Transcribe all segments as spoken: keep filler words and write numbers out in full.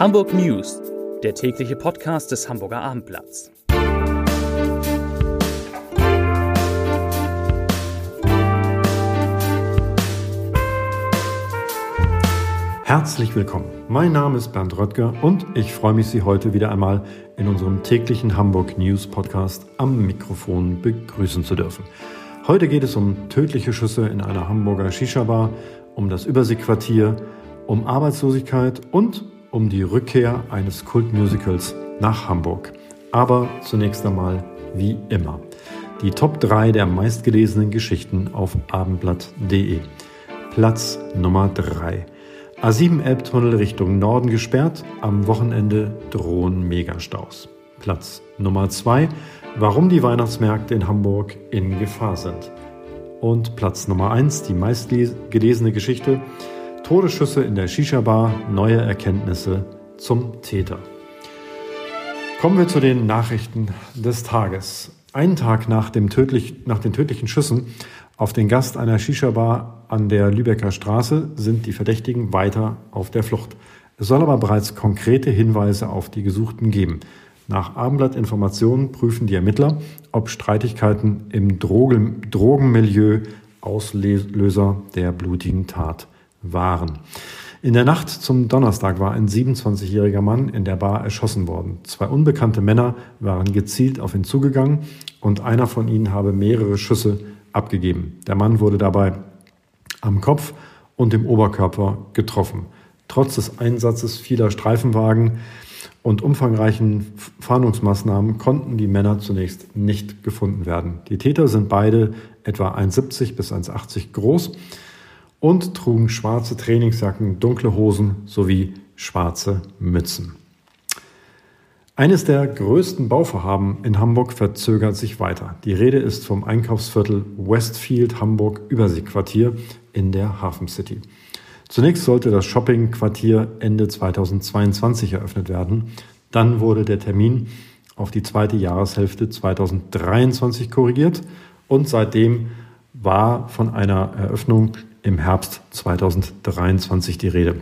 Hamburg News, der tägliche Podcast des Hamburger Abendblatts. Herzlich willkommen. Mein Name ist Bernd Röttger und ich freue mich, Sie heute wieder einmal in unserem täglichen Hamburg News Podcast am Mikrofon begrüßen zu dürfen. Heute geht es um tödliche Schüsse in einer Hamburger Shisha-Bar, um das Überseequartier, um Arbeitslosigkeit und um die Rückkehr eines Kultmusicals nach Hamburg. Aber zunächst einmal wie immer die Top drei der meistgelesenen Geschichten auf abendblatt punkt de. Platz Nummer drei. A sieben Elbtunnel Richtung Norden gesperrt, am Wochenende drohen Megastaus. Platz Nummer zwei. Warum die Weihnachtsmärkte in Hamburg in Gefahr sind. Und Platz Nummer eins, die meistgelesene Geschichte, Todesschüsse in der Shisha-Bar, neue Erkenntnisse zum Täter. Kommen wir zu den Nachrichten des Tages. Einen Tag nach, dem tödlich, nach den tödlichen Schüssen auf den Gast einer Shisha-Bar an der Lübecker Straße sind die Verdächtigen weiter auf der Flucht. Es soll aber bereits konkrete Hinweise auf die Gesuchten geben. Nach Abendblatt-Informationen prüfen die Ermittler, ob Streitigkeiten im Drogen- Drogenmilieu Auslöser der blutigen Tat waren. In der Nacht zum Donnerstag war ein siebenundzwanzigjähriger Mann in der Bar erschossen worden. Zwei unbekannte Männer waren gezielt auf ihn zugegangen und einer von ihnen habe mehrere Schüsse abgegeben. Der Mann wurde dabei am Kopf und im Oberkörper getroffen. Trotz des Einsatzes vieler Streifenwagen und umfangreichen Fahndungsmaßnahmen konnten die Männer zunächst nicht gefunden werden. Die Täter sind beide etwa eins Komma siebzig bis eins Komma achtzig groß und trugen schwarze Trainingsjacken, dunkle Hosen sowie schwarze Mützen. Eines der größten Bauvorhaben in Hamburg verzögert sich weiter. Die Rede ist vom Einkaufsviertel Westfield Hamburg Überseequartier in der Hafen City. Zunächst sollte das Shoppingquartier Ende zweitausendzweiundzwanzig eröffnet werden. Dann wurde der Termin auf die zweite Jahreshälfte zweitausenddreiundzwanzig korrigiert und seitdem war von einer Eröffnung im Herbst zweitausenddreiundzwanzig die Rede.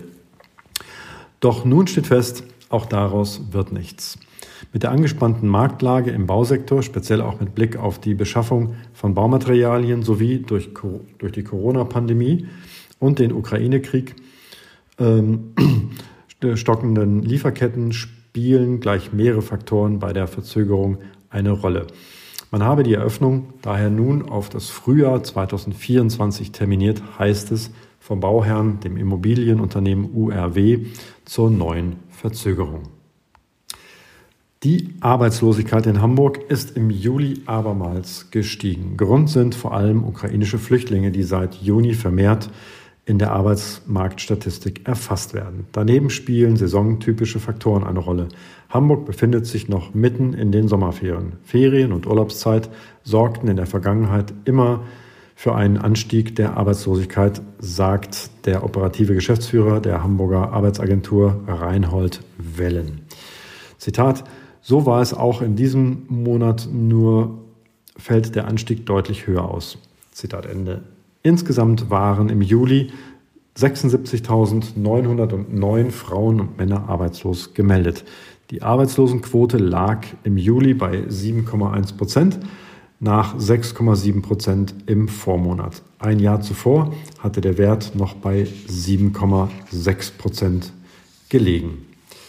Doch nun steht fest, auch daraus wird nichts. Mit der angespannten Marktlage im Bausektor, speziell auch mit Blick auf die Beschaffung von Baumaterialien sowie durch, durch die Corona-Pandemie und den Ukraine-Krieg, ähm, stockenden Lieferketten spielen gleich mehrere Faktoren bei der Verzögerung eine Rolle. Man habe die Eröffnung daher nun auf das Frühjahr zweitausendvierundzwanzig terminiert, heißt es vom Bauherrn, dem Immobilienunternehmen U R W, zur neuen Verzögerung. Die Arbeitslosigkeit in Hamburg ist im Juli abermals gestiegen. Grund sind vor allem ukrainische Flüchtlinge, die seit Juni vermehrt in der Arbeitsmarktstatistik erfasst werden. Daneben spielen saisontypische Faktoren eine Rolle. Hamburg befindet sich noch mitten in den Sommerferien. Ferien- und Urlaubszeit sorgten in der Vergangenheit immer für einen Anstieg der Arbeitslosigkeit, sagt der operative Geschäftsführer der Hamburger Arbeitsagentur Reinhold Wellen. Zitat: So war es auch in diesem Monat, nur fällt der Anstieg deutlich höher aus. Zitat Ende. Insgesamt waren im Juli sechsundsiebzigtausendneunhundertneun Frauen und Männer arbeitslos gemeldet. Die Arbeitslosenquote lag im Juli bei sieben Komma eins Prozent nach sechs Komma sieben Prozent im Vormonat. Ein Jahr zuvor hatte der Wert noch bei sieben Komma sechs Prozent gelegen.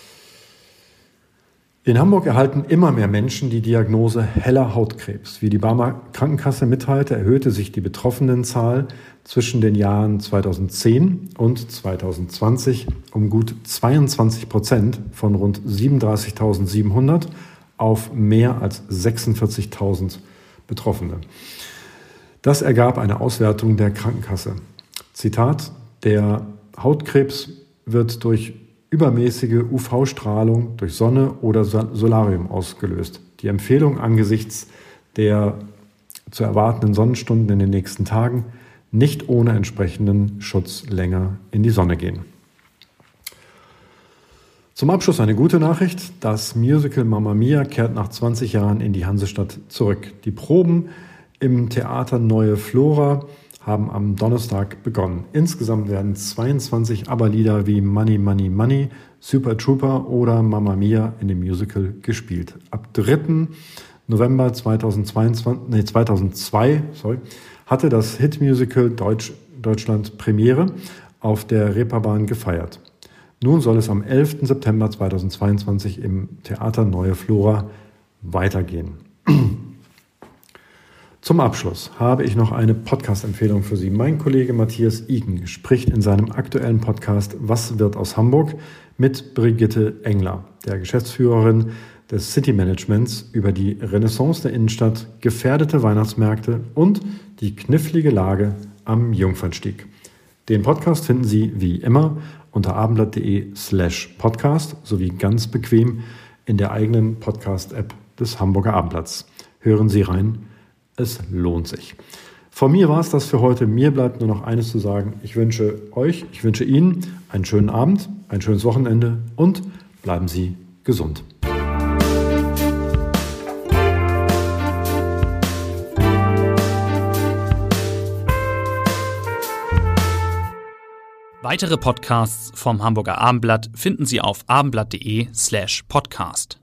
In Hamburg erhalten immer mehr Menschen die Diagnose heller Hautkrebs. Wie die Barmer Krankenkasse mitteilte, erhöhte sich die Betroffenenzahl zwischen den Jahren zweitausendzehn und zweitausendzwanzig um gut zweiundzwanzig Prozent von rund siebenunddreißigtausendsiebenhundert auf mehr als sechsundvierzigtausend Betroffene. Das ergab eine Auswertung der Krankenkasse. Zitat: Der Hautkrebs wird durch übermäßige U V-Strahlung durch Sonne oder Solarium ausgelöst. Die Empfehlung angesichts der zu erwartenden Sonnenstunden in den nächsten Tagen: nicht ohne entsprechenden Schutz länger in die Sonne gehen. Zum Abschluss eine gute Nachricht. Das Musical Mamma Mia kehrt nach zwanzig Jahren in die Hansestadt zurück. Die Proben im Theater Neue Flora haben am Donnerstag begonnen. Insgesamt werden zweiundzwanzig ABBA-Lieder wie Money, Money, Money, Super Trooper oder Mamma Mia in dem Musical gespielt. Ab dritten November zweitausendzweiundzwanzig, nee, zweitausendzwei sorry, hatte das Hitmusical Deutsch, Deutschland Premiere auf der Reeperbahn gefeiert. Nun soll es am elften September zweitausendzweiundzwanzig im Theater Neue Flora weitergehen. Zum Abschluss habe ich noch eine Podcast-Empfehlung für Sie. Mein Kollege Matthias Iken spricht in seinem aktuellen Podcast Was wird aus Hamburg mit Brigitte Engler, der Geschäftsführerin des City Managements, über die Renaissance der Innenstadt, gefährdete Weihnachtsmärkte und die knifflige Lage am Jungfernstieg. Den Podcast finden Sie wie immer unter abendblatt.de slash podcast sowie ganz bequem in der eigenen Podcast-App des Hamburger Abendblatts. Hören Sie rein, es lohnt sich. Von mir war es das für heute. Mir bleibt nur noch eines zu sagen. Ich wünsche euch, ich wünsche Ihnen einen schönen Abend, ein schönes Wochenende und bleiben Sie gesund. Weitere Podcasts vom Hamburger Abendblatt finden Sie auf abendblatt.de slash podcast.